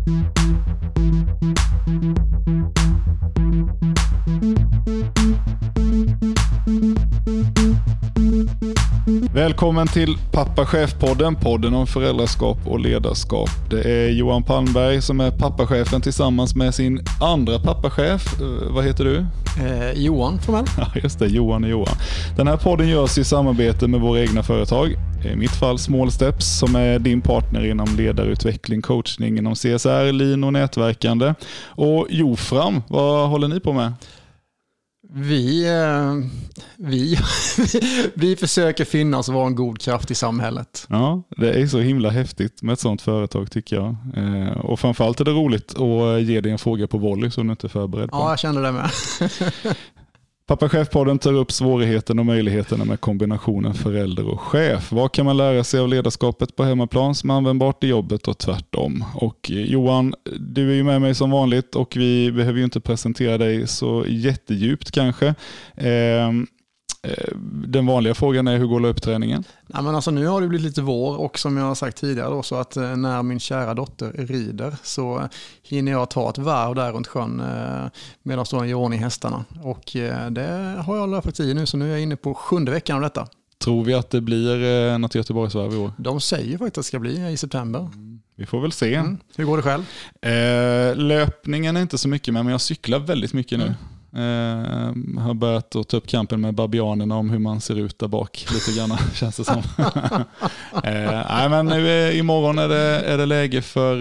Välkommen till Pappa Chef-podden, podden om föräldraskap och ledarskap. Det är Johan Palmberg som är pappachefen tillsammans med sin andra pappachef. Vad heter du? Johan Formell. Ja, just det, Johan och Johan. Den här podden görs i samarbete med våra egna företag. I mitt fall Small Steps som är din partner inom ledarutveckling, coachning inom CSR, lean och nätverkande. Och Jofram, vad håller ni på med? Vi försöker finnas och vara en god kraft i samhället. Ja, det är så himla häftigt med ett sånt företag tycker jag. Och framförallt är det roligt att ge dig en fråga på volley som du inte är förberedd på. Ja, jag känner det med. Pappa Chef-podden tar upp svårigheten och möjligheterna med kombinationen förälder och chef. Vad kan man lära sig av ledarskapet på hemmaplan som är användbart i jobbet och tvärtom? Och Johan, du är ju med mig som vanligt och vi behöver ju inte presentera dig så jättedjupt kanske. Den vanliga frågan är hur går löpträningen? Nej, men alltså, nu har det blivit lite vår och som jag har sagt tidigare då, så att när min kära dotter rider så hinner jag ta ett varv där runt sjön medan jag gör ordning hästarna. Och det har jag löpt i nu, så nu är jag inne på 7:e veckan av detta. Tror vi att det blir något Göteborgsvarv i år? De säger faktiskt att det ska bli i september. Vi får väl se. Hur går det själv? Löpningen är inte så mycket med, men jag cyklar väldigt mycket nu. Har börjat att ta upp kampen med babianerna om hur man ser ut där bak lite grann, känns det som. Nej, men nu imorgon är det läge för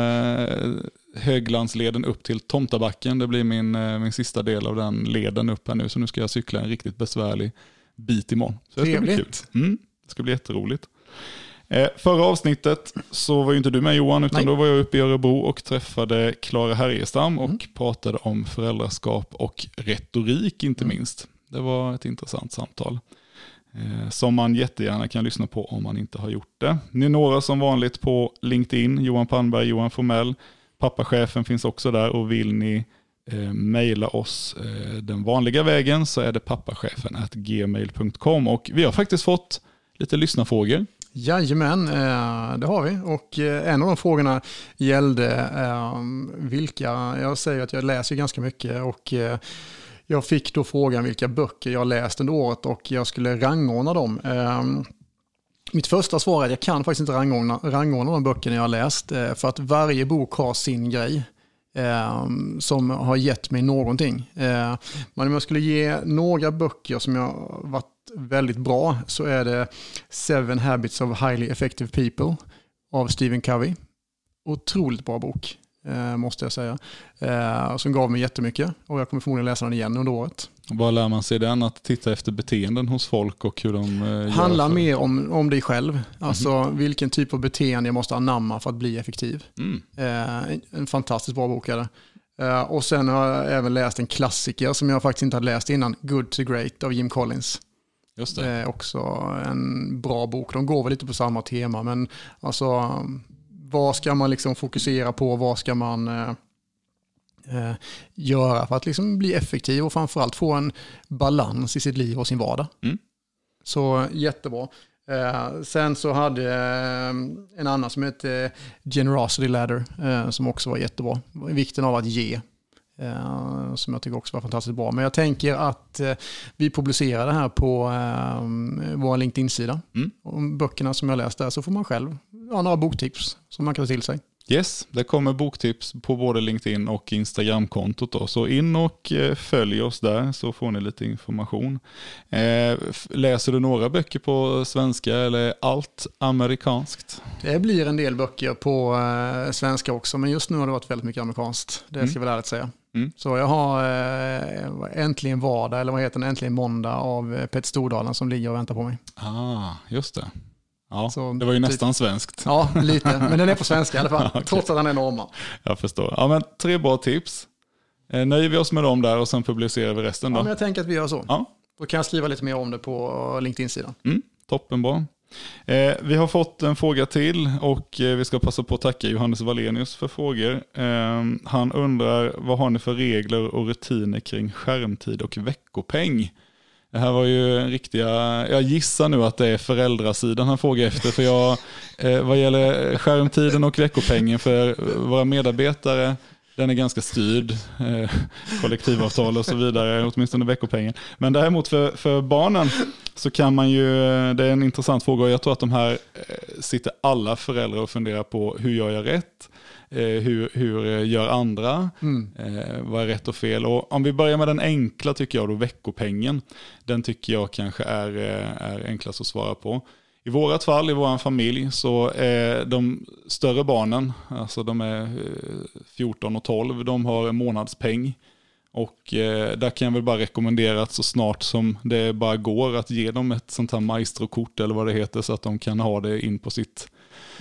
Höglandsleden upp till Tomtabacken. Det blir min sista del av den leden upp här nu, så nu ska jag cykla en riktigt besvärlig bit imorgon. Så det ska bli kul. Det ska bli jätteroligt. Förra avsnittet så var ju inte du med Johan, utan då var jag uppe i Örebro och träffade Clara Härjestam och pratade om föräldraskap och retorik inte minst. Det var ett intressant samtal som man jättegärna kan lyssna på om man inte har gjort det. Ni är några som vanligt på LinkedIn, Johan Palmberg, Johan Formell. Pappachefen finns också där, och vill ni mejla oss den vanliga vägen så är det pappachefen@gmail.com, och vi har faktiskt fått lite lyssnarfrågor. Jajamän, det har vi. Och en av de frågorna gällde jag säger att jag läser ganska mycket, och jag fick då frågan vilka böcker jag läst under året och jag skulle rangordna dem. Mitt första svar är att jag kan faktiskt inte rangordna de böckerna jag har läst, för att varje bok har sin grej som har gett mig någonting. Men om jag skulle ge några böcker som jag varit väldigt bra, så är det 7 Habits of Highly Effective People av Stephen Covey. Otroligt bra bok, måste jag säga. Som gav mig jättemycket, och jag kommer förmodligen läsa den igen under året. Vad lär man sig den? Att titta efter beteenden hos folk och hur de gör? Handlar mer om dig själv. Alltså vilken typ av beteende jag måste anamma för att bli effektiv. En fantastiskt bra bok är det. Och sen har jag även läst en klassiker som jag faktiskt inte hade läst innan, Good to Great av Jim Collins. Just det. Det är också en bra bok. De går väl lite på samma tema, men alltså, vad ska man liksom fokusera på? Vad ska man göra för att liksom bli effektiv och framförallt få en balans i sitt liv och sin vardag? Så jättebra. Sen så hade en annan som heter Generosity Ladder som också var jättebra. Vikten av att ge. Som jag tycker också var fantastiskt bra. Men jag tänker att vi publicerar det här på vår LinkedIn-sida. Om böckerna som jag läst där, så får man själv några boktips som man kan ta till sig. Yes, det kommer boktips på både LinkedIn och Instagram-kontot då. Så in och följ oss där så får ni lite information. Läser du några böcker på svenska eller allt amerikanskt? Det blir en del böcker på svenska också, men just nu har det varit väldigt mycket amerikanskt. Det ska jag väl ärligt säga. Så jag har Äntligen vardag, eller vad heter den? Äntligen måndag av Petter Stordalen som ligger och väntar på mig. Just det. Ja, så, det var ju nästan svenskt. Ja, lite. Men den är på svenska i alla fall. Okay. Trots att den är normal. Jag förstår. Ja, men 3 bra tips. Nöjer vi oss med dem där och sen publicerar vi resten då? Ja, men jag tänker att vi gör så. Ja. Då kan jag skriva lite mer om det på LinkedIn-sidan. Toppenbra. Vi har fått en fråga till och vi ska passa på att tacka Johannes Wallenius för frågor. Han undrar, vad har ni för regler och rutiner kring skärmtid och veckopeng? Det här var ju en riktiga, jag gissar nu att det är föräldrasidan han frågar efter, för jag, vad gäller skärmtiden och veckopengen för våra medarbetare, den är ganska styrd, kollektivavtal och så vidare, åtminstone veckopengen. Men däremot för barnen så kan man ju, det är en intressant fråga och jag tror att de här sitter alla föräldrar och funderar på hur gör jag rätt? Hur gör andra? Vad är rätt och fel? Och om vi börjar med den enkla tycker jag då, veckopengen. Den tycker jag kanske är enklast att svara på. I vårat fall, i vår familj, så är de större barnen, alltså de är 14 och 12, de har en månadspeng. Och där kan jag väl bara rekommendera att så snart som det bara går att ge dem ett sånt här maestrokort eller vad det heter, så att de kan ha det in på sitt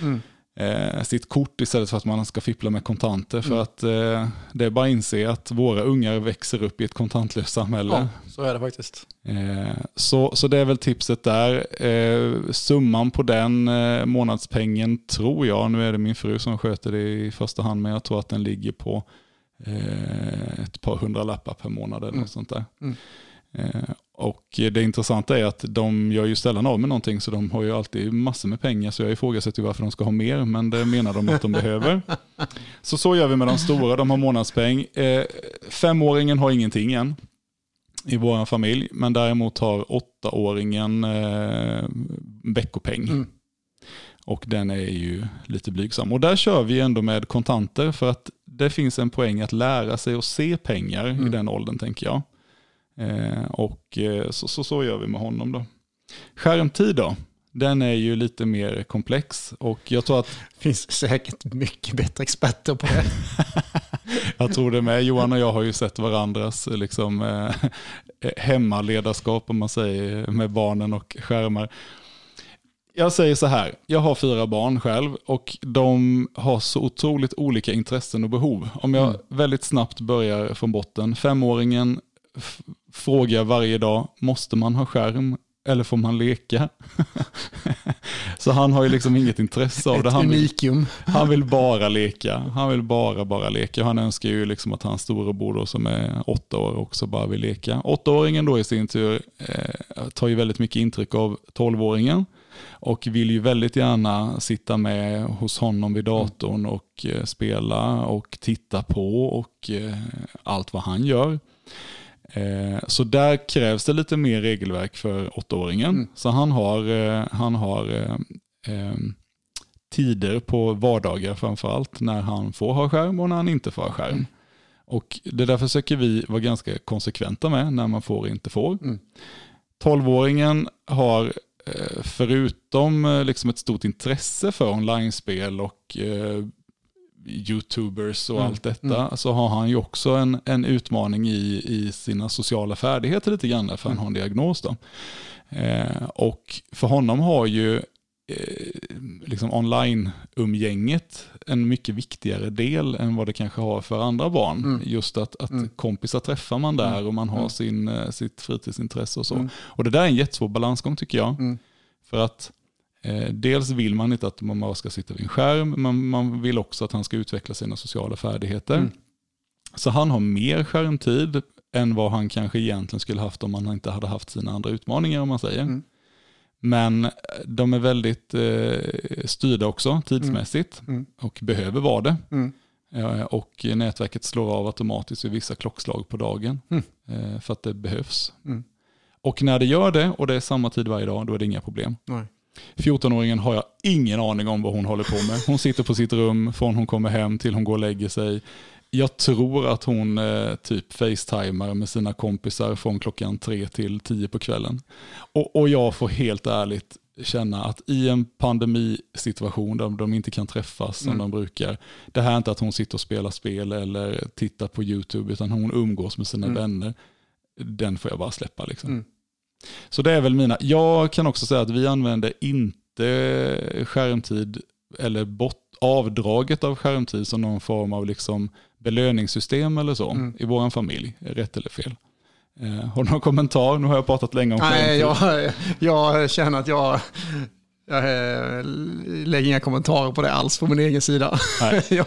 kort istället för att man ska fippla med kontanter. För att det är bara att inse att våra ungar växer upp i ett kontantlöst samhälle. Ja, så är det faktiskt. Så det är väl tipset där. Summan på den månadspengen tror jag, nu är det min fru som sköter det i första hand, men jag tror att den ligger på ett par 100 lappar per månad eller något sånt där. Och det intressanta är att de gör ju sällan av med någonting, så de har ju alltid massor med pengar, så jag ifrågasätter varför de ska ha mer, men det menar de att de behöver. Så gör vi med de stora, de har månadspeng. 5-åringen har ingenting än i vår familj, men däremot har 8-åringen veckopeng. Och den är ju lite blygsam. Och där kör vi ändå med kontanter, för att det finns en poäng att lära sig att se pengar i den åldern, tänker jag. Och så gör vi med honom då. Skärmtid då, den är ju lite mer komplex, och jag tror att det finns säkert mycket bättre experter på det. Jag tror det med. Johan och jag har ju sett varandras liksom, hemmaledarskap, om man säger, med barnen och skärmar. Jag säger så här, jag har 4 barn själv och de har så otroligt olika intressen och behov. Om jag väldigt snabbt börjar från botten, 5-åringen frågar varje dag, måste man ha skärm eller får man leka? Så han har ju liksom inget intresse av det. Han vill bara leka. Han vill bara leka. Han önskar ju liksom att hans storebror då, som är 8 år, också bara vill leka. 8-åringen då i sin tur tar ju väldigt mycket intryck av 12-åringen. Och vill ju väldigt gärna sitta med hos honom vid datorn och spela och titta på och allt vad han gör. Så där krävs det lite mer regelverk för 8-åringen. Så han har tider på vardagar framförallt när han får ha skärm och när han inte får ha skärm. Och det där försöker vi vara ganska konsekventa med, när man får och inte får. 12-åringen har förutom liksom ett stort intresse för online-spel och YouTubers och allt detta, så har han ju också en utmaning i sina sociala färdigheter lite grann, för han har en diagnos då. Och för honom har ju liksom online-umgänget en mycket viktigare del än vad det kanske har för andra barn. Just att kompisar träffar man där och man har sitt fritidsintresse och så. Och det där är en jättesvår balansgång tycker jag. För att dels vill man inte att man ska sitta vid en skärm, men man vill också att han ska utveckla sina sociala färdigheter. Så han har mer skärmtid än vad han kanske egentligen skulle haft om han inte hade haft sina andra utmaningar, om man säger. Men de är väldigt styrda också tidsmässigt och behöver vara det. Och nätverket slår av automatiskt vid vissa klockslag på dagen för att det behövs. Och när det gör det, och det är samma tid varje dag, då är det inga problem. 14-åringen har jag ingen aning om vad hon håller på med. Hon sitter på sitt rum från hon kommer hem till hon går och lägger sig. Jag tror att hon typ facetimar med sina kompisar från klockan 3 till 10 på kvällen. Och jag får helt ärligt känna att i en pandemisituation där de inte kan träffas som de brukar. Det här är inte att hon sitter och spelar spel eller tittar på YouTube, utan hon umgås med sina vänner. Den får jag bara släppa liksom. Så det är väl mina. Jag kan också säga att vi använder inte skärmtid eller avdraget av skärmtid som någon form av liksom belöningssystem eller så i vår familj. Rätt eller fel? Har du någon kommentar? Nu har jag pratat länge om skärmtid. Nej, jag känner att jag lägger inga kommentarer på det alls på min egen sida.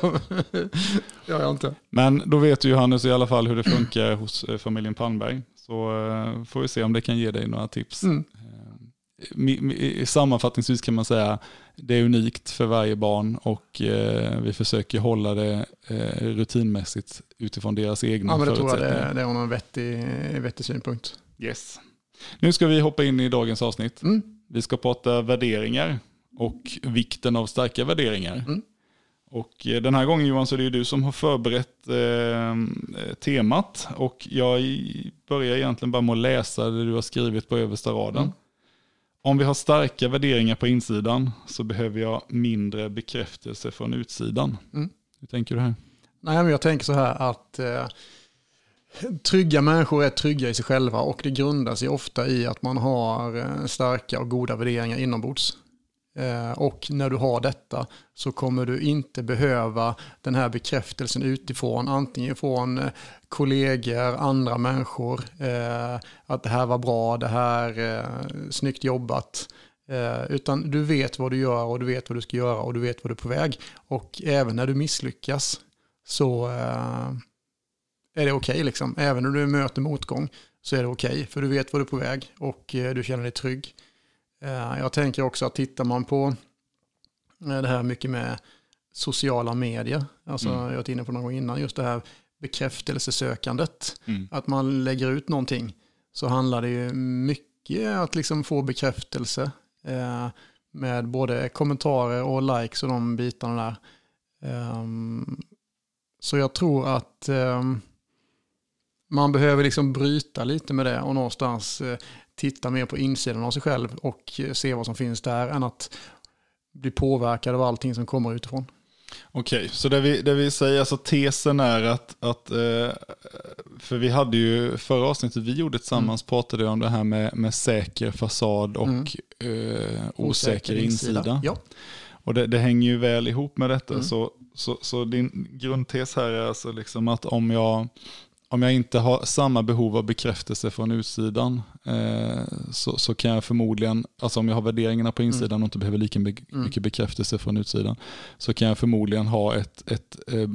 jag inte. Men då vet ju Johannes i alla fall hur det funkar hos familjen Palmberg. Så får vi se om det kan ge dig några tips. Sammanfattningsvis kan man säga det är unikt för varje barn och vi försöker hålla det rutinmässigt utifrån deras egna förutsättningar. Det tror jag det är en vettig synpunkt. Yes. Nu ska vi hoppa in i dagens avsnitt. Vi ska prata värderingar och vikten av starka värderingar. Och den här gången, Johan, så är det ju du som har förberett temat. Och jag börjar egentligen bara med att läsa det du har skrivit på översta raden. Om vi har starka värderingar på insidan så behöver jag mindre bekräftelse från utsidan. Hur tänker du här? Nej, men jag tänker så här att trygga människor är trygga i sig själva och det grundar sig ofta i att man har starka och goda värderingar inombords. Och när du har detta så kommer du inte behöva den här bekräftelsen utifrån, antingen från kollegor, andra människor, att det här var bra, det här snyggt jobbat. Utan du vet vad du gör och du vet vad du ska göra och du vet vad du är på väg. Och även när du misslyckas så är det okej liksom. Även när du möter motgång så är det okej, för du vet vad du är på väg och du känner dig trygg. Jag tänker också att tittar man på det här mycket med sociala medier, alltså jag har varit inne på någon gång innan, just det här bekräftelsesökandet, att man lägger ut någonting så handlar det ju mycket att liksom få bekräftelse med både kommentarer och likes och de bitarna där. Så jag tror att man behöver liksom bryta lite med det och någonstans titta mer på insidan av sig själv och se vad som finns där än att bli påverkad av allting som kommer utifrån. Okej, så det vi säger, alltså tesen är att för vi hade ju förra avsnittet vi gjorde tillsammans pratade om det här med säker fasad och osäker insida. Ja. Och det hänger ju väl ihop med detta. Så din grundtes här är alltså liksom att om jag inte har samma behov av bekräftelse från utsidan så kan jag förmodligen, alltså om jag har värderingarna på insidan och inte behöver lika mycket bekräftelse från utsidan, så kan jag förmodligen ha ett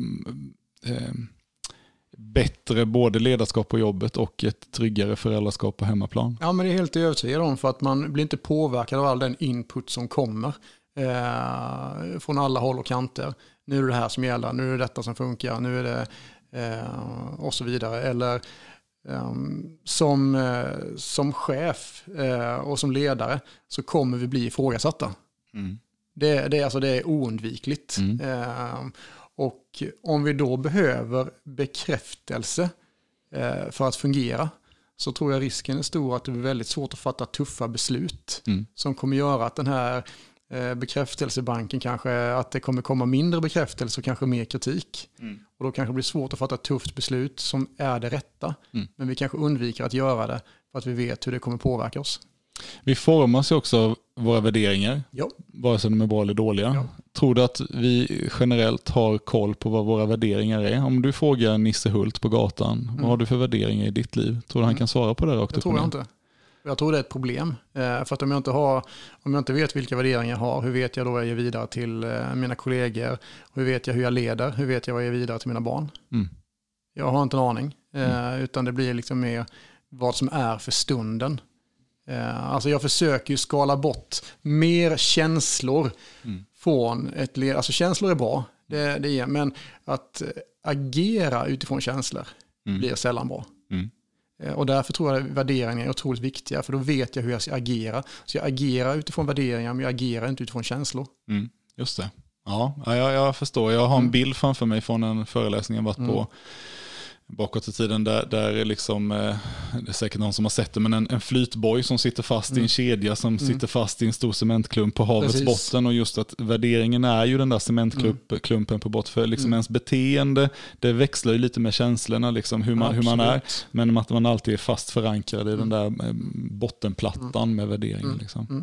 bättre både ledarskap på jobbet och ett tryggare föräldraskap på hemmaplan. Ja, men det är helt övertygad om, för att man blir inte påverkad av all den input som kommer från alla håll och kanter. Nu är det här som gäller, nu är det detta som funkar, nu är det och så vidare. Eller som chef och som ledare så kommer vi bli ifrågasatta. Det är oundvikligt. Och om vi då behöver bekräftelse för att fungera, så tror jag risken är stor att det blir väldigt svårt att fatta tuffa beslut som kommer göra att den här bekräftelsebanken kanske, att det kommer komma mindre bekräftelse och kanske mer kritik. Och då kanske det blir svårt att fatta ett tufft beslut som är det rätta. Men vi kanske undviker att göra det för att vi vet hur det kommer påverka oss. Vi formas ju också av våra värderingar, vare sig de är bra eller dåliga. Ja. Tror du att vi generellt har koll på vad våra värderingar är? Om du frågar Nisse Hult på gatan, vad har du för värderingar i ditt liv? Tror du han kan svara på det rakt upp? Det tror jag inte. Jag tror det är ett problem. För att om jag inte vet vilka värderingar jag har, hur vet jag då vad jag ger vidare till mina kollegor? Hur vet jag hur jag leder? Hur vet jag vad jag ger vidare till mina barn? Jag har inte en aning. Utan det blir liksom mer vad som är för stunden. Alltså jag försöker ju skala bort mer känslor från ett led. Alltså känslor är bra, det är, men att agera utifrån känslor blir sällan bra. Och därför tror jag att värderingar är otroligt viktiga, för då vet jag hur jag ska agera. Så jag agerar utifrån värderingar, men jag agerar inte utifrån känslor. Just det. Ja, jag förstår. Jag har en bild framför mig från en föreläsning jag varit på bakåt i tiden där liksom, det är säkert någon som har sett det, men en flytboj som sitter fast i en kedja som sitter fast i en stor cementklump på havets botten, och just att värderingen är ju den där cementklumpen på botten, för liksom ens beteende, det växlar ju lite med känslorna liksom, hur man är, men att man alltid är fast förankrad i den där bottenplattan med värderingen liksom.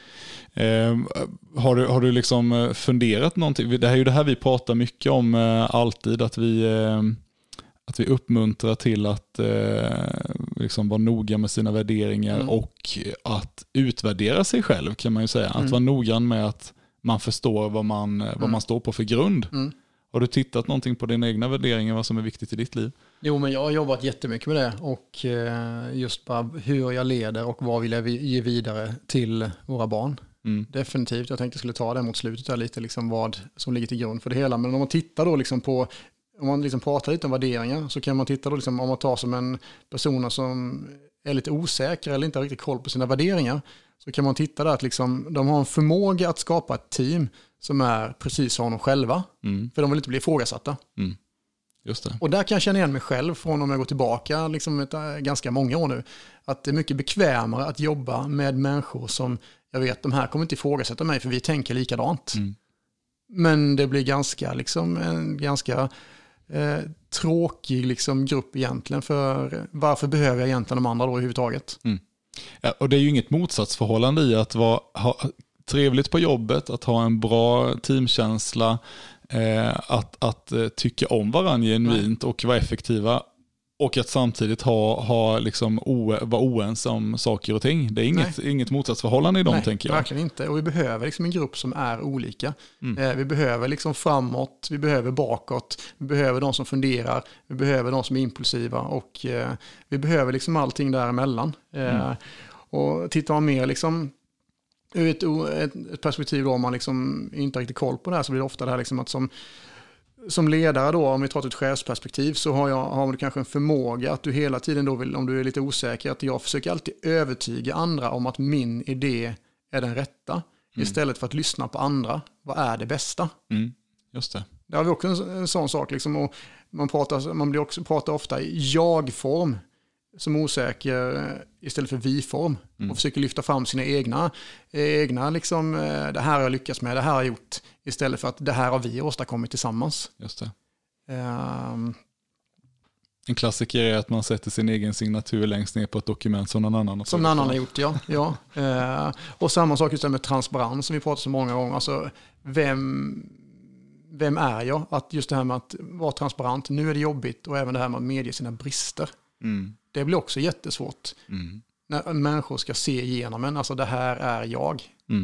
Har du liksom funderat någonting? Det här är ju det här vi pratar mycket om alltid, att vi uppmuntrar till att liksom vara noga med sina värderingar och att utvärdera sig själv, kan man ju säga. Att vara noggrann med att man förstår vad man står på för grund. Har du tittat någonting på dina egna värderingar, vad som är viktigt i ditt liv? Jo, men jag har jobbat jättemycket med det och just bara hur jag leder och vad vill jag ge vidare till våra barn. Definitivt, jag tänkte jag skulle ta det mot slutet där lite, liksom vad som ligger till grund för det hela. Men om man tittar då liksom på, om man liksom pratar lite om värderingar, så kan man titta då liksom, om man tar som en person som är lite osäker eller inte har riktigt koll på sina värderingar, så kan man titta där att liksom, de har en förmåga att skapa ett team som är precis som de själva. För de vill inte bli ifrågasatta. Just det. Och där kan jag känna igen mig själv från, om jag går tillbaka liksom ganska många år nu, att det är mycket bekvämare att jobba med människor som jag vet, de här kommer inte ifrågasätta mig för vi tänker likadant. Men det blir ganska liksom en ganska tråkig liksom grupp egentligen, för varför behöver jag egentligen de andra då överhuvudtaget? Ja, och det är ju inget motsatsförhållande i att ha trevligt på jobbet, att ha en bra teamkänsla, att tycka om varandra genuint och vara effektiva, och att samtidigt liksom vara oense om saker och ting. Det är inget motsatsförhållande i dem, tänker jag. Verkligen inte. Och vi behöver liksom en grupp som är olika. Vi behöver liksom framåt, vi behöver bakåt, vi behöver de som funderar, vi behöver de som är impulsiva, och vi behöver liksom allting däremellan. Och tittar man mer liksom ur ett perspektiv då, om man liksom inte har riktigt koll på det här, så blir det ofta det här liksom att som ledare då, om vi tar ett chefsperspektiv, så har du kanske en förmåga att du hela tiden då vill, om du är lite osäker, att jag försöker alltid övertyga andra om att min idé är den rätta, istället för att lyssna på andra. Vad är det bästa? Just det. Det har vi också en sån sak liksom, och man pratar ofta i jag-form som osäker istället för vi-form, och försöker lyfta fram sina egna liksom, det här har jag lyckats med, det här har jag gjort, istället för att det här har vi åstadkommit tillsammans. Just det. En klassiker är att man sätter sin egen signatur längst ner på ett dokument som någon annan har gjort. Ja. Och samma sak just med transparens som vi pratar så många gånger. Alltså, vem är jag? Att just det här med att vara transparent, nu är det jobbigt, och även det här med att medge sina brister. Det blir också jättesvårt. När människor ska se igenom en, alltså det här är jag.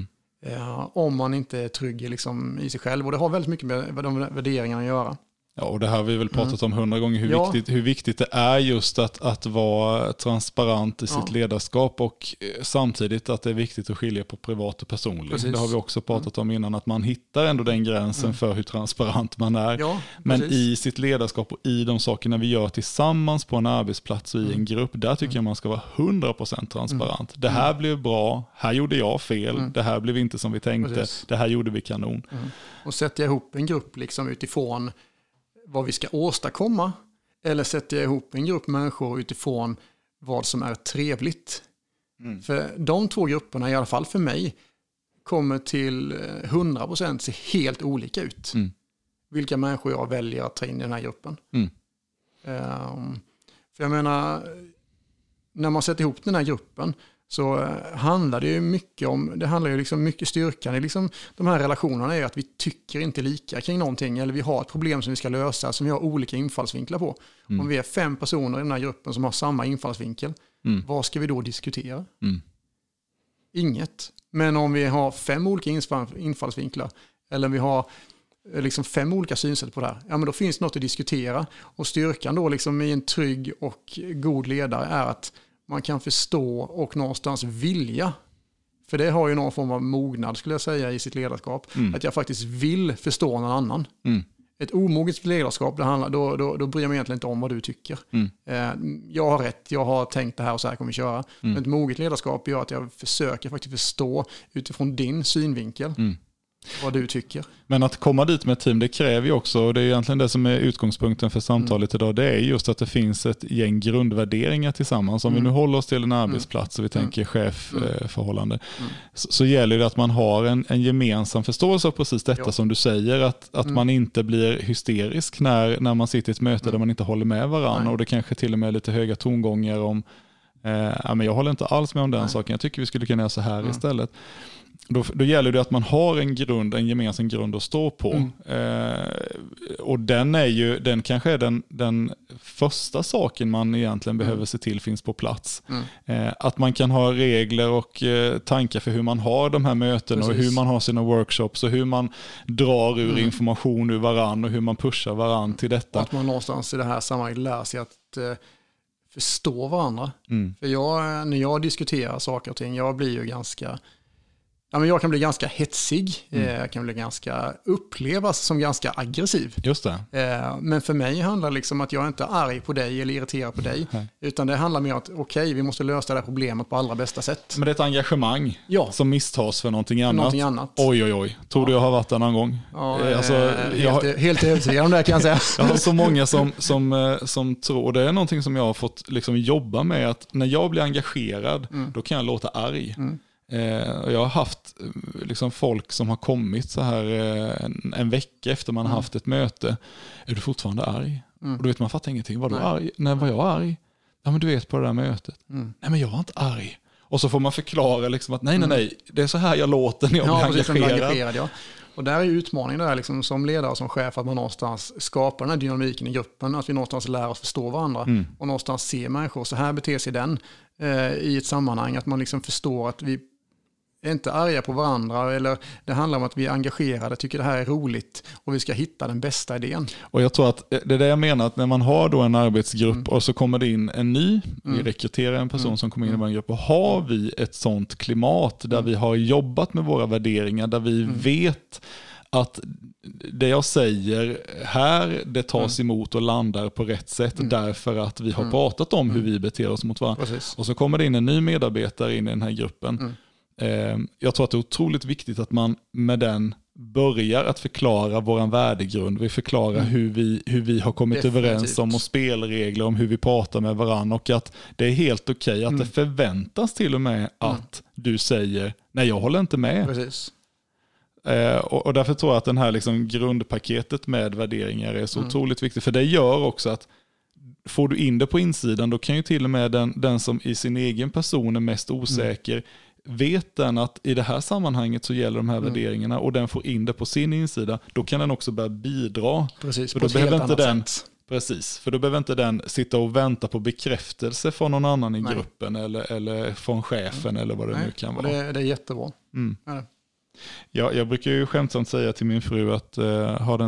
Om man inte är trygg liksom i sig själv. Och det har väldigt mycket med de värderingarna att göra. Ja, och det här har vi väl pratat om 100 gånger, hur viktigt det är just att vara transparent i sitt ledarskap, och samtidigt att det är viktigt att skilja på privat och personligt. Precis. Det har vi också pratat om innan, att man hittar ändå den gränsen för hur transparent man är. Ja, men i sitt ledarskap och i de sakerna vi gör tillsammans på en arbetsplats och i en grupp, där tycker jag man ska vara 100% transparent. Det här blev bra, här gjorde jag fel, det här blev inte som vi tänkte, det här gjorde vi kanon. Och sätter jag ihop en grupp liksom utifrån vad vi ska åstadkomma, eller sätter jag ihop en grupp människor utifrån vad som är trevligt. För de två grupperna, i alla fall för mig, kommer till 100% se helt olika ut. Vilka människor jag väljer att ta in i den här gruppen. För jag menar, när man sätter ihop den här gruppen, så handlar det ju mycket om, det handlar ju liksom mycket styrkan i liksom de här relationerna, är att vi tycker inte lika kring någonting, eller vi har ett problem som vi ska lösa som vi har olika infallsvinklar på. Om vi är 5 personer i den här gruppen som har samma infallsvinkel, vad ska vi då diskutera? Inget. Men om vi har 5 olika infallsvinklar, eller vi har liksom 5 olika synsätt på det här, ja, men då finns det något att diskutera. Och styrkan då liksom i en trygg och god ledare är att man kan förstå och någonstans vilja. För det har ju någon form av mognad, skulle jag säga, i sitt ledarskap. Att jag faktiskt vill förstå någon annan. Ett omoget ledarskap, då bryr jag mig egentligen inte om vad du tycker. Jag har rätt, jag har tänkt det här och så här kommer vi köra. Men ett moget ledarskap gör att jag försöker faktiskt förstå utifrån din synvinkel vad du tycker. Men att komma dit med ett team, det kräver ju också, och det är egentligen det som är utgångspunkten för samtalet idag, det är just att det finns ett gäng grundvärderingar tillsammans. Om vi nu håller oss till en arbetsplats och vi tänker chefförhållande, så gäller det att man har en gemensam förståelse av precis detta som du säger, att man inte blir hysterisk när man sitter i ett möte där man inte håller med varandra, och det kanske till och med är lite höga tongångar om men jag håller inte alls med om den saken, jag tycker vi skulle kunna göra så här istället. Då gäller det att man har en gemensam grund att stå på. Och den kanske är den första saken man egentligen behöver se till finns på plats. Att man kan ha regler och tankar för hur man har de här mötena och hur man har sina workshops och hur man drar ur information ur varann och hur man pushar varann till detta. Att man någonstans i det här sammanhanget lär sig att förstå varandra. För när jag diskuterar saker och ting, jag blir ju ganska... Ja, men jag kan bli ganska hetsig. Jag kan bli upplevas som ganska aggressiv. Just det. Men för mig handlar det liksom att jag inte är arg på dig eller irriterad på dig. Utan det handlar mer om att okej, vi måste lösa det här problemet på allra bästa sätt. Men det är ett engagemang som misstas för någonting annat. Oj. Tror du jag har varit där någon gång? Ja, helt övertygad om det kan jag säga. Jag har så många som tror, och det är någonting som jag har fått liksom jobba med, att när jag blir engagerad, då kan jag låta arg. Jag har haft liksom folk som har kommit så här en vecka efter man har haft ett möte. Är du fortfarande arg? Och du vet, man fattar ingenting. Var du arg? Nej, var jag arg? Ja, men du vet, på det där mötet. Nej, men jag var inte arg. Och så får man förklara liksom att nej, det är så här jag låter när jag blir engagerad. Ja. Och där är utmaningen där liksom, som ledare och som chef, att man någonstans skapar den här dynamiken i gruppen, att vi någonstans lär oss förstå varandra och någonstans se människor. Så här beter sig den i ett sammanhang, att man liksom förstår att vi är inte arga på varandra, eller det handlar om att vi är engagerade, tycker det här är roligt och vi ska hitta den bästa idén. Och jag tror att det är det jag menar, att när man har då en arbetsgrupp och så kommer det in en ny, vi rekryterar en person som kommer in i vår grupp, och har vi ett sånt klimat där vi har jobbat med våra värderingar, där vi vet att det jag säger här, det tas emot och landar på rätt sätt därför att vi har pratat om hur vi beter oss mot varandra. Precis. Och så kommer det in en ny medarbetare in i den här gruppen. Jag tror att det är otroligt viktigt att man med den börjar att förklara våran värdegrund. Vi förklarar hur vi har kommit överens om, och spelregler om hur vi pratar med varandra, och att det är helt okej att det förväntas till och med att du säger nej, jag håller inte med. Precis. Och därför tror jag att den här liksom grundpaketet med värderingar är så otroligt viktigt, för det gör också att får du in det på insidan, då kan ju till och med den som i sin egen person är mest osäker, vet den att i det här sammanhanget så gäller de här värderingarna, och den får in det på sin insida, då kan den också börja bidra. Precis, för då behöver inte den sätt. Precis, för då behöver inte den sitta och vänta på bekräftelse från någon annan i gruppen eller från chefen eller vad det nu kan vara. Det är jättebra. Jag brukar ju skämtsamt säga till min fru att har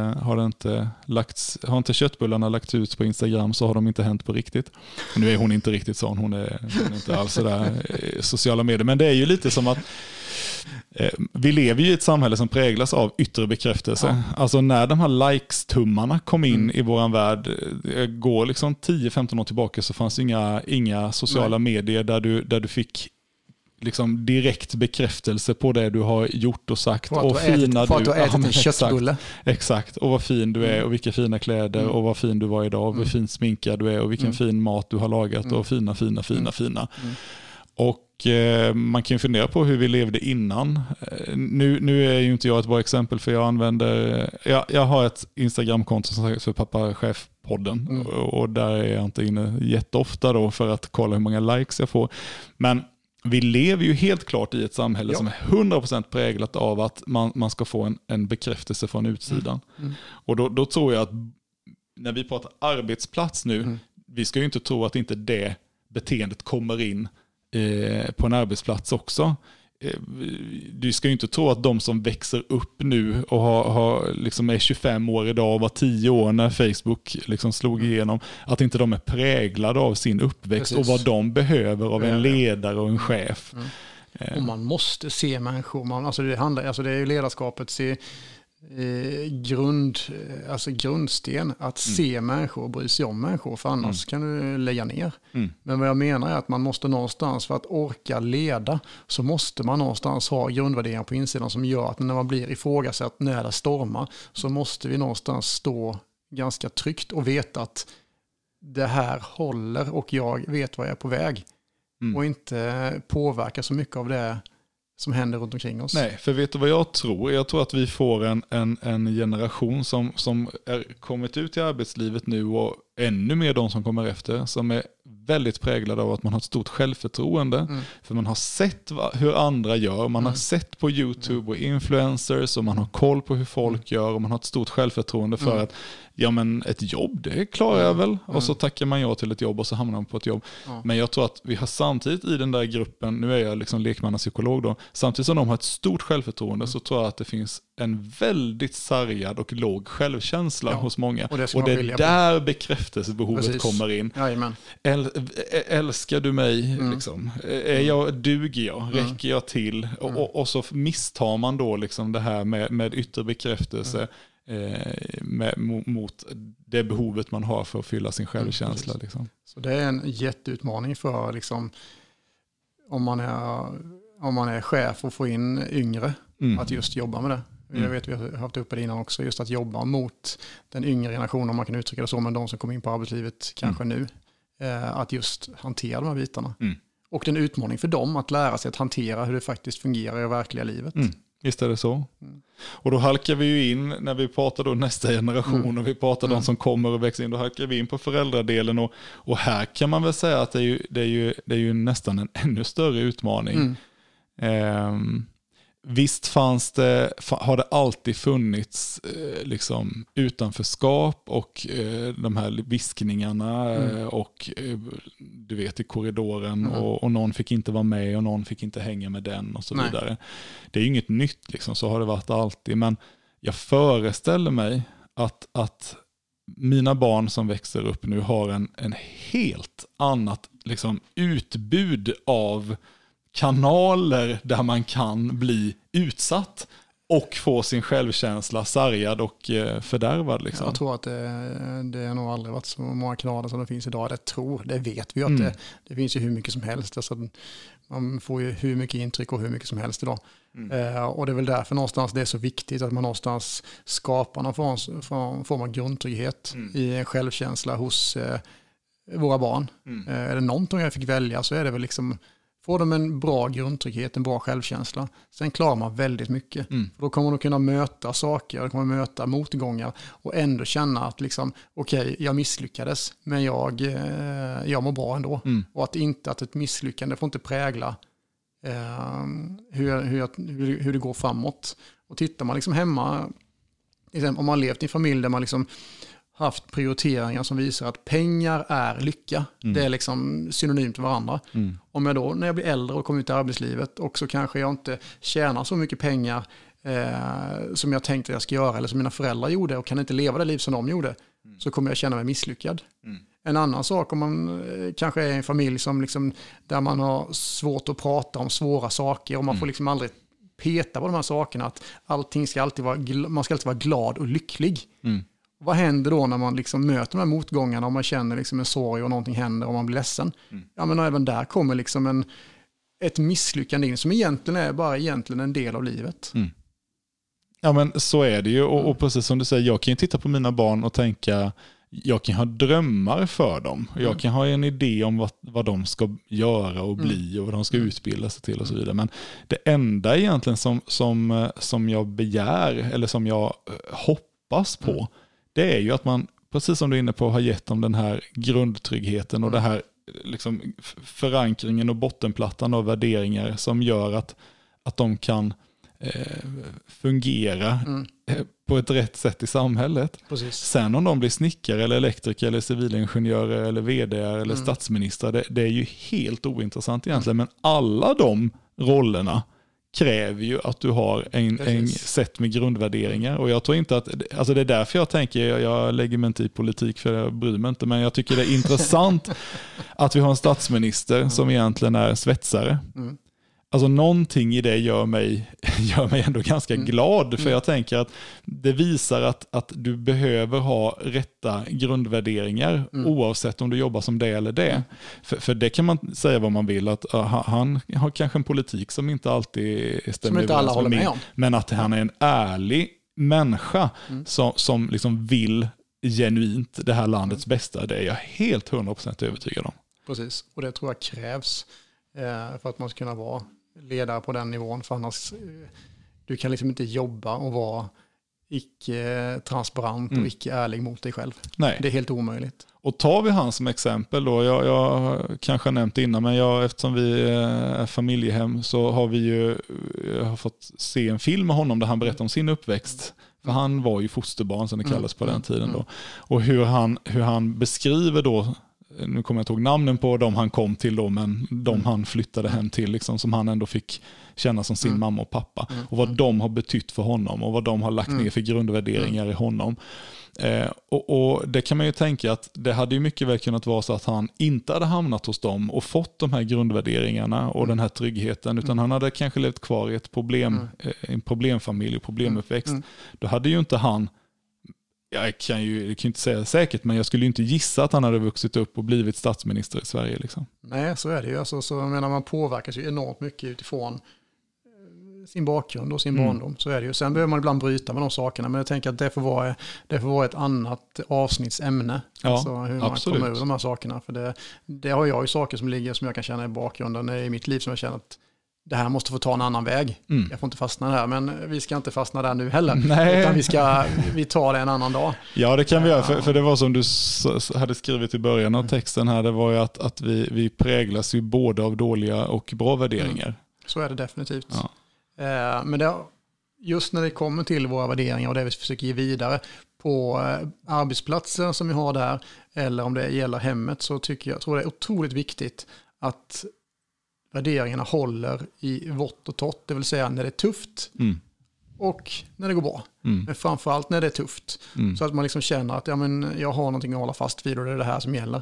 inte köttbullarna lagts ut på Instagram så har de inte hänt på riktigt. Och nu är hon inte riktigt sån, hon är inte alls sådär sociala medier, men det är ju lite som att vi lever ju i ett samhälle som präglas av yttre bekräftelse. Alltså när de här likes-tummarna kom in i våran värld, går liksom 10-15 år tillbaka, så fanns inga sociala medier där du fick liksom direkt bekräftelse på det du har gjort och sagt. För att du har ätit en köttbulle. Exakt, och vad fin du är och vilka fina kläder och vad fin du var idag och hur fint sminkad du är och vilken fin mat du har lagat och fina. Och man kan ju fundera på hur vi levde innan. Nu är ju inte jag ett bra exempel, för jag har ett Instagramkonto som sagt för Pappa Chef-podden och där är jag inte inne jätteofta då för att kolla hur många likes jag får. Men vi lever ju helt klart i ett samhälle som är 100% präglat av att man ska få en bekräftelse från utsidan. Och då tror jag att när vi pratar arbetsplats nu, vi ska ju inte tro att inte det beteendet kommer in på en arbetsplats också. Du ska ju inte tro att de som växer upp nu och har liksom är 25 år idag och var 10 år när Facebook liksom slog igenom, att inte de är präglade av sin uppväxt. Precis. Och vad de behöver av en ledare och en chef. Och man måste se människor. Det är ju ledarskapets grundsten, att se människor och bry sig om människor, för annars kan du lägga ner. Men vad jag menar är att man måste någonstans, för att orka leda, så måste man någonstans ha grundvärderingar på insidan som gör att när man blir ifrågasatt, när det stormar, så måste vi någonstans stå ganska tryggt och veta att det här håller och jag vet vad jag är på väg. Och inte påverka så mycket av det som händer runt omkring oss. Nej, för vet du vad jag tror? Jag tror att vi får en generation som är kommit ut i arbetslivet nu, och ännu mer de som kommer efter, som är väldigt präglad av att man har ett stort självförtroende. För man har sett hur andra gör, man har sett på YouTube och influencers och man har koll på hur folk gör och man har ett stort självförtroende för att ja men ett jobb, det klarar jag väl. Och så tackar man ja till ett jobb och så hamnar man på ett jobb. Men jag tror att vi har samtidigt i den där gruppen, nu är jag liksom lekmannapsykolog då, samtidigt som de har ett stort självförtroende så tror jag att det finns en väldigt sargad och låg självkänsla hos många. Och det är där bekräftelsebehovet kommer in. Älskar du mig? Liksom? Duger jag? Räcker jag till? Och så misstar man då liksom det här med yttre bekräftelse mot det behovet man har för att fylla sin självkänsla. Liksom. Så det är en jätteutmaning för liksom, om man är chef och får in yngre att just jobba med det. Jag vet, vi har haft uppe det innan också, just att jobba mot den yngre generationen, om man kan uttrycka det så, men de som kommer in på arbetslivet kanske nu, att just hantera de här bitarna. Och det är en utmaning för dem att lära sig att hantera hur det faktiskt fungerar i verkliga livet. Visst är det så. Och då halkar vi ju in, när vi pratar då nästa generation och vi pratar de som kommer och växer in, då halkar vi in på föräldradelen och här kan man väl säga att det är ju nästan en ännu större utmaning. Visst har det alltid funnits liksom utanförskap och de här viskningarna och du vet i korridoren och någon fick inte vara med och någon fick inte hänga med den och så vidare. Det är ju inget nytt liksom, så har det varit alltid, men jag föreställer mig att mina barn som växer upp nu har en helt annat liksom utbud av kanaler där man kan bli utsatt och få sin självkänsla sargad och fördärvad. Liksom. Jag tror att det har nog aldrig varit så många kanaler som det finns idag. Det vet vi att det finns ju hur mycket som helst. Alltså, man får ju hur mycket intryck och hur mycket som helst idag. Och det är väl därför någonstans det är så viktigt att man någonstans skapar någon form av grundtrygghet i en självkänsla hos våra barn. Är det någonting jag fick välja så är det väl liksom får de en bra grundtrygghet, en bra självkänsla. Sen klarar man väldigt mycket. För då kommer de kunna möta saker, de kommer möta motgångar och ändå känna att liksom, okej, jag misslyckades, men jag mår bra ändå. Och att ett misslyckande får inte prägla hur det går framåt. Och tittar man liksom hemma, om man levt i en familj där man liksom haft prioriteringar som visar att pengar är lycka. Det är liksom synonymt med varandra. Om jag då, när jag blir äldre och kommer ut i arbetslivet och så kanske jag inte tjänar så mycket pengar som jag tänkte jag ska göra eller som mina föräldrar gjorde och kan inte leva det liv som de gjorde, så kommer jag känna mig misslyckad. En annan sak om man kanske är en familj som liksom, där man har svårt att prata om svåra saker och man får liksom aldrig peta på de här sakerna, att man ska alltid vara glad och lycklig. Vad händer då när man liksom möter de här motgångarna och man känner liksom en sorg och någonting händer och man blir ledsen? Ja, men även där kommer liksom ett misslyckande in som egentligen är bara en del av livet. Ja, men så är det ju. Och precis som du säger, jag kan ju titta på mina barn och tänka, jag kan ha drömmar för dem. Jag kan ha en idé om vad de ska göra och bli och vad de ska utbilda sig till och så vidare. Men det enda egentligen som jag begär eller som jag hoppas på, det är ju att man, precis som du är inne på, har gett dem den här grundtryggheten och det här liksom förankringen och bottenplattan av värderingar som gör att de kan fungera på ett rätt sätt i samhället. Precis. Sen om de blir snickare eller elektriker eller civilingenjörer eller vd eller statsminister, det är ju helt ointressant egentligen, men alla de rollerna kräver ju att du har en sätt med grundvärderingar. Och jag tror inte att, alltså det är därför jag tänker, jag lägger mig inte i politik för jag bryr mig inte, men jag tycker det är intressant att vi har en statsminister som egentligen är svetsare. Alltså någonting i det gör mig ändå ganska glad, för jag tänker att det visar att du behöver ha rätta grundvärderingar oavsett om du jobbar som det eller det. För det kan man säga vad man vill, att han har kanske en politik som inte alltid stämmer överens med min, men att han är en ärlig människa som liksom vill genuint det här landets bästa, det är jag helt 100% övertygad om. Precis, och det tror jag krävs för att man ska kunna vara ledare på den nivån, för annars du kan liksom inte jobba och vara icke transparent och icke ärlig mot dig själv. Nej. Det är helt omöjligt. Och tar vi han som exempel då, jag kanske har nämnt innan, men eftersom vi är familjehem så har vi ju har fått se en film med honom där han berättar om sin uppväxt. För han var ju fosterbarn som det kallas på den tiden då. Och hur han beskriver då, nu kommer jag inte ihåg namnen på dem han kom till då, men de han flyttade hem till liksom, som han ändå fick känna som sin mamma och pappa. Och vad de har betytt för honom och vad de har lagt ner för grundvärderingar i honom. Och det kan man ju tänka att det hade ju mycket väl kunnat vara så att han inte hade hamnat hos dem och fått de här grundvärderingarna och den här tryggheten, utan han hade kanske levt kvar i ett en problemfamilj och problemuppväxt. Då hade ju inte han, jag kan ju inte säga säkert, men jag skulle ju inte gissa att han hade vuxit upp och blivit statsminister i Sverige. Liksom. Nej, så är det ju. Alltså, så jag menar, man påverkas ju enormt mycket utifrån sin bakgrund och sin barndom. Så är det ju. Sen behöver man ibland bryta med de sakerna, men jag tänker att det får vara ett annat avsnittsämne. Ja, alltså hur man kommer ur de här sakerna. För det har jag ju saker som ligger som jag kan känna i bakgrunden i mitt liv som jag känner att det här måste få ta en annan väg. Jag får inte fastna där, men vi ska inte fastna där nu heller. Nej. Utan vi tar det en annan dag. Ja, det kan vi göra. För det var som du hade skrivit i början av texten här, det var ju att vi präglas ju både av dåliga och bra värderingar. Så är det definitivt. Ja. Men just när det kommer till våra värderingar och det vi försöker ge vidare på arbetsplatser som vi har där, eller om det gäller hemmet, så tror det är otroligt viktigt att värderingarna håller i vått och torrt, det vill säga när det är tufft och när det går bra. Men framförallt när det är tufft. Så att man liksom känner att jag har någonting att hålla fast vid och det är det här som gäller.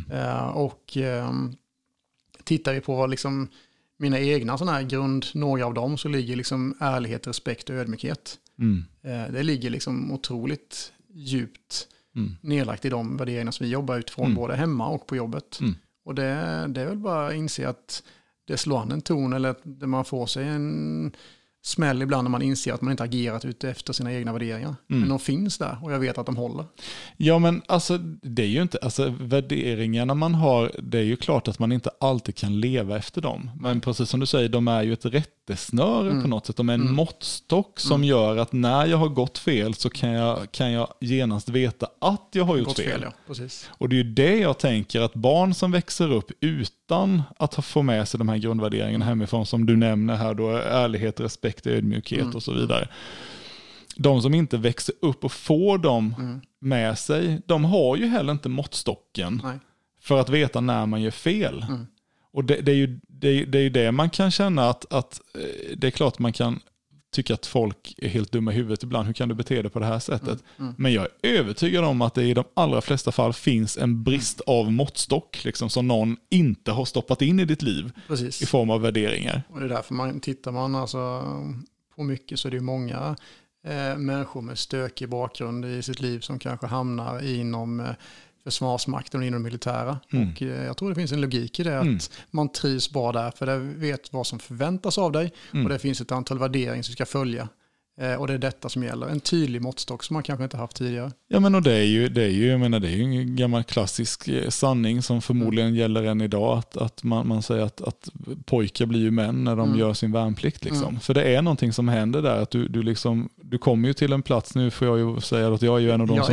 Tittar vi på liksom mina egna sådana här några av dem, så ligger liksom ärlighet, respekt och ödmjukhet. Det ligger liksom otroligt djupt nedlagt i de värderingar som vi jobbar utifrån både hemma och på jobbet. Och det är väl bara att inse att det slår an en ton, eller att man får sig en smäll ibland när man inser att man inte agerat ute efter sina egna värderingar. Men de finns där och jag vet att de håller. Ja, men alltså det är ju inte, alltså värderingarna man har, det är ju klart att man inte alltid kan leva efter dem. Men precis som du säger, de är ju ett rättesnöre på något sätt. De är en måttstock som gör att när jag har gått fel så kan jag genast veta att jag har gjort fel. Ja, precis. Och det är ju det jag tänker, att barn som växer upp utan att få med sig de här grundvärderingarna hemifrån, som du nämner här då, ärlighet, respekt, ödmjukhet och så vidare. De som inte växer upp och får dem med sig, de har ju heller inte måttstocken för att veta när man gör fel. Och det är ju det man kan känna att det är klart man kan tycka att folk är helt dumma i huvudet ibland. Hur kan du bete dig på det här sättet? Men jag är övertygad om att det i de allra flesta fall finns en brist av måttstock liksom, som någon inte har stoppat in i ditt liv. Precis. I form av värderingar. Och det är därför tittar man alltså på mycket, så är det ju många människor med stökig bakgrund i sitt liv som kanske hamnar inom försvarsmakten och inom militära. Och jag tror det finns en logik i det, att man trivs bra där, för det vet vad som förväntas av dig och det finns ett antal värderingar som ska följa. Och det är detta som gäller. En tydlig måttstock som man kanske inte haft tidigare. Ja, men och det är ju en gammal klassisk sanning som förmodligen gäller än idag, att man säger att pojkar blir ju män när de gör sin värnplikt. Liksom. För det är någonting som händer där, att du kommer ju till en plats, nu får jag ju säga att jag är ju en av dem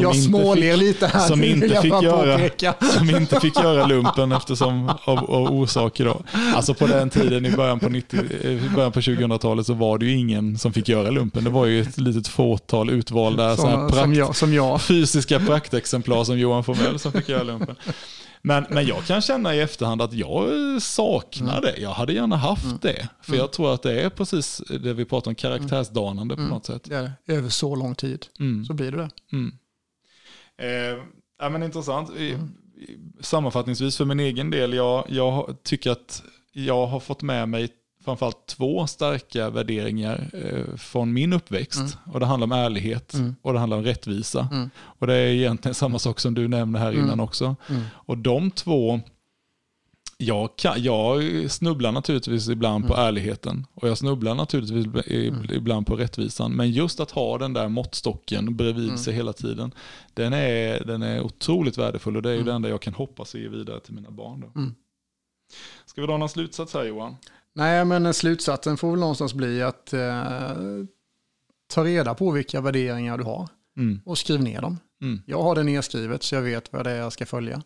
som inte fick göra lumpen eftersom av orsaker då. Alltså på den tiden i början på 2000-talet så var det ju ingen som fick göra lumpen. Det var ju ett litet fåtal utvalda som jag. Fysiska praktexemplar som Johan Formell som fick göra lumpen. Men jag kan känna i efterhand att jag saknar det. Jag hade gärna haft det. För jag tror att det är precis det vi pratar om, karaktärsdanande på något sätt. Ja, över så lång tid så blir det. Ja, men intressant. Sammanfattningsvis för min egen del, jag tycker att jag har fått med mig framförallt 2 starka värderingar från min uppväxt. Och det handlar om ärlighet och det handlar om rättvisa. Och det är egentligen samma sak som du nämnde här innan också. Och de 2, jag snubblar naturligtvis ibland på ärligheten och jag snubblar naturligtvis ibland på rättvisan. Men just att ha den där måttstocken bredvid sig hela tiden, den är otroligt värdefull, och det är ju det enda jag kan hoppas och ge vidare till mina barn då. Ska vi dra någon slutsats här, Johan? Nej, men slutsatsen får väl någonstans bli att ta reda på vilka värderingar du har. och skriv ner dem. Jag har det nedskrivet så jag vet vad det är jag ska följa.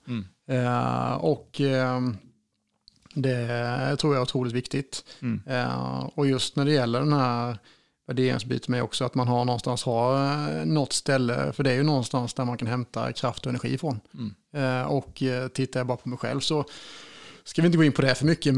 Det tror jag är otroligt viktigt. Och just när det gäller den här värderingsbiten med också att man har någonstans något ställe, för det är ju någonstans där man kan hämta kraft och energi ifrån. Och tittar jag bara på mig själv så ska vi inte gå in på det för mycket,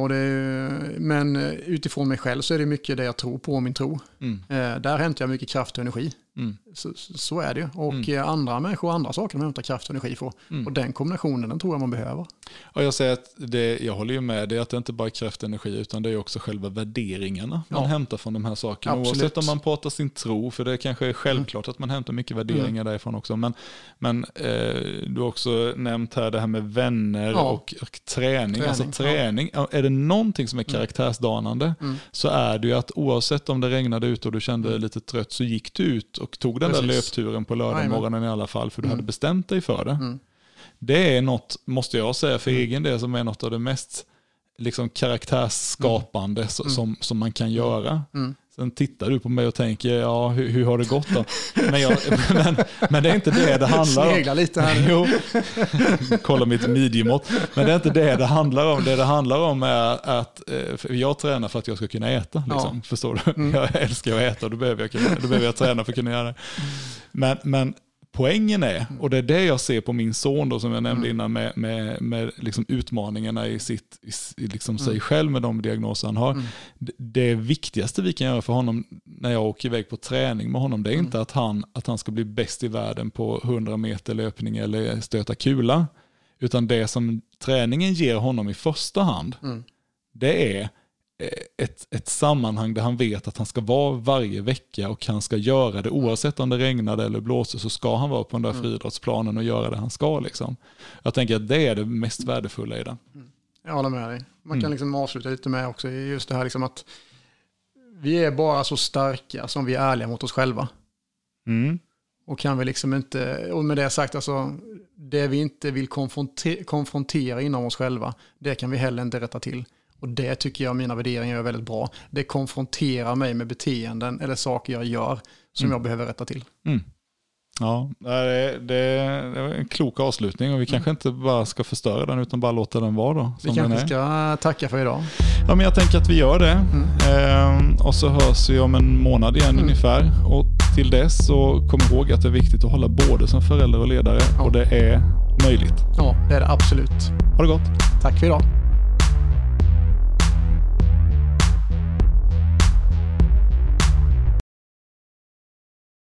men utifrån mig själv så är det mycket det jag tror på, min tro. Där hämtar jag mycket kraft och energi. Så är det ju. Och andra människor och andra saker de hämtar kraft och energi för. Och den kombinationen, den tror jag man behöver. Och jag säger att jag håller ju med det, att det inte bara är kraft och energi utan det är också själva värderingarna man hämtar från de här sakerna. Absolut. Oavsett om man pratar sin tro, för det kanske är självklart att man hämtar mycket värderingar därifrån också. Men du har också nämnt här det här med vänner och träning. Alltså träning, är det någonting som är karaktärsdanande så är det ju att oavsett om det regnade ut och du kände dig lite trött så gick du ut och tog den där löpturen på lördagmorgonen i alla fall, för du hade bestämt dig för det. Det är något, måste jag säga för egen del, som är något av det mest liksom karaktärsskapande som man kan göra. Sen tittar du på mig och tänker, hur har det gått då? Men det är inte det handlar om. Snegla lite här. Jo, kolla mitt midjemått. Men det är inte det handlar om. Det handlar om är att jag tränar för att jag ska kunna äta. Liksom. Förstår du? Jag älskar att äta och då behöver jag träna för att kunna göra det. Men poängen är, och det är det jag ser på min son då, som jag nämnde innan med liksom utmaningarna i liksom sig själv med de diagnoser han har. Det viktigaste vi kan göra för honom när jag åker iväg på träning med honom, det är inte att han ska bli bäst i världen på 100 meter löpning eller stöta kula, utan det som träningen ger honom i första hand, det är ett sammanhang där han vet att han ska vara varje vecka och han ska göra det oavsett om det regnar eller blåser, så ska han vara på den där friidrottsplanen och göra det han ska liksom. Jag tänker att det är det mest värdefulla i den. Jag håller med dig. Man kan liksom avsluta lite med också just det här liksom att vi är bara så starka som vi är ärliga mot oss själva. Och kan vi liksom inte, och med det sagt alltså, det vi inte vill konfrontera inom oss själva, det kan vi heller inte rätta till. Och det tycker jag mina värderingar är väldigt bra. Det konfronterar mig med beteenden eller saker jag gör som jag behöver rätta till. Ja, det är en klok avslutning och vi kanske inte bara ska förstöra den utan bara låta den vara då. Vi kanske ska tacka för idag. Ja, men jag tänker att vi gör det. Och så hörs vi om en månad igen ungefär. Och till dess så kom ihåg att det är viktigt att hålla både som förälder och ledare. Och det är möjligt. Ja, det är det absolut. Ha det gott. Tack för idag.